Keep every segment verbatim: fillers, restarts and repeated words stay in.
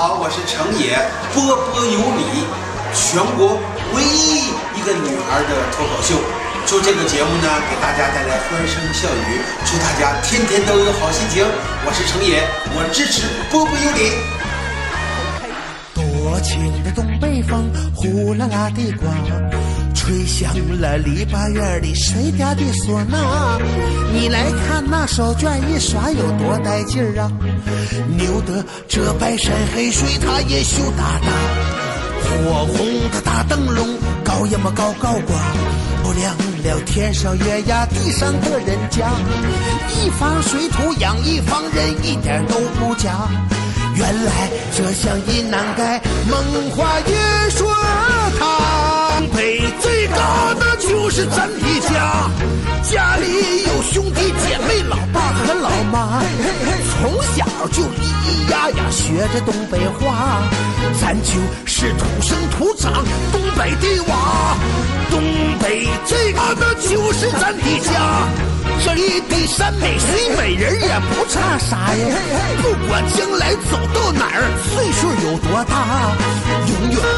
好，我是程野，波波有理，全国唯一一个女孩的脱口秀。就这个节目呢，给大家带来欢声笑语，祝大家天天都有好心情。我是程野，我支持波波有理。 多情的东北风，呼啦啦的刮，吹响了篱笆院里水调的唢呐。你来看那手绢一刷有多带劲儿啊！扭得这白山黑水它也羞答答。火红的大灯笼高呀嘛高高挂，照亮了天上月牙地上的人家。一方水土养一方人，一点都不假。原来这乡音难改，梦话也说他东北最高的就是咱的家，家里有兄弟姐妹老爸和老妈，从小就咿咿呀呀学着东北话，咱就是土生土长东北的娃。东北最高的就是咱的家，这里的山美水美人也不差啥呀，不管将来走到哪儿，岁数有多大，永远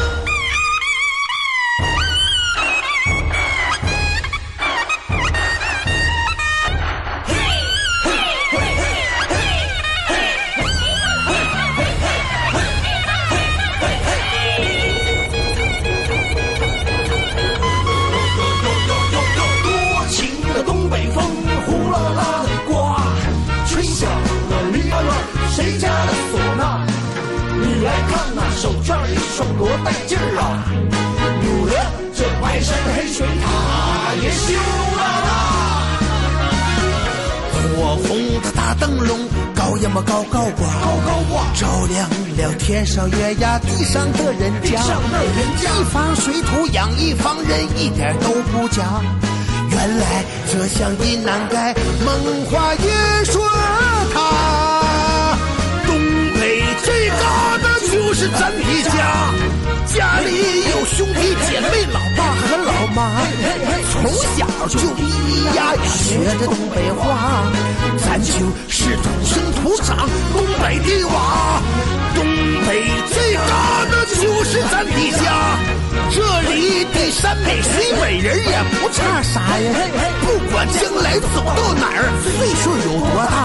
谁家的唢呐？你来看那手绢一双多带劲儿啊！扭得这白山黑水它也羞答答。 火红的大灯笼高呀嘛高高挂， 高高挂， 照亮了天上月牙地上的人家。 上的人家， 一方水土养一方人，一点都不假。原来这乡音难改，梦话也说他。最高的就是咱的家，家里有兄弟姐妹老爸和老妈，从小就咿咿呀呀学着东北话，咱就是土生土长东北的娃。东北最高的就是咱的家，这里的山美水美人也不差啥呀，不管将来走到哪儿，岁数有多大，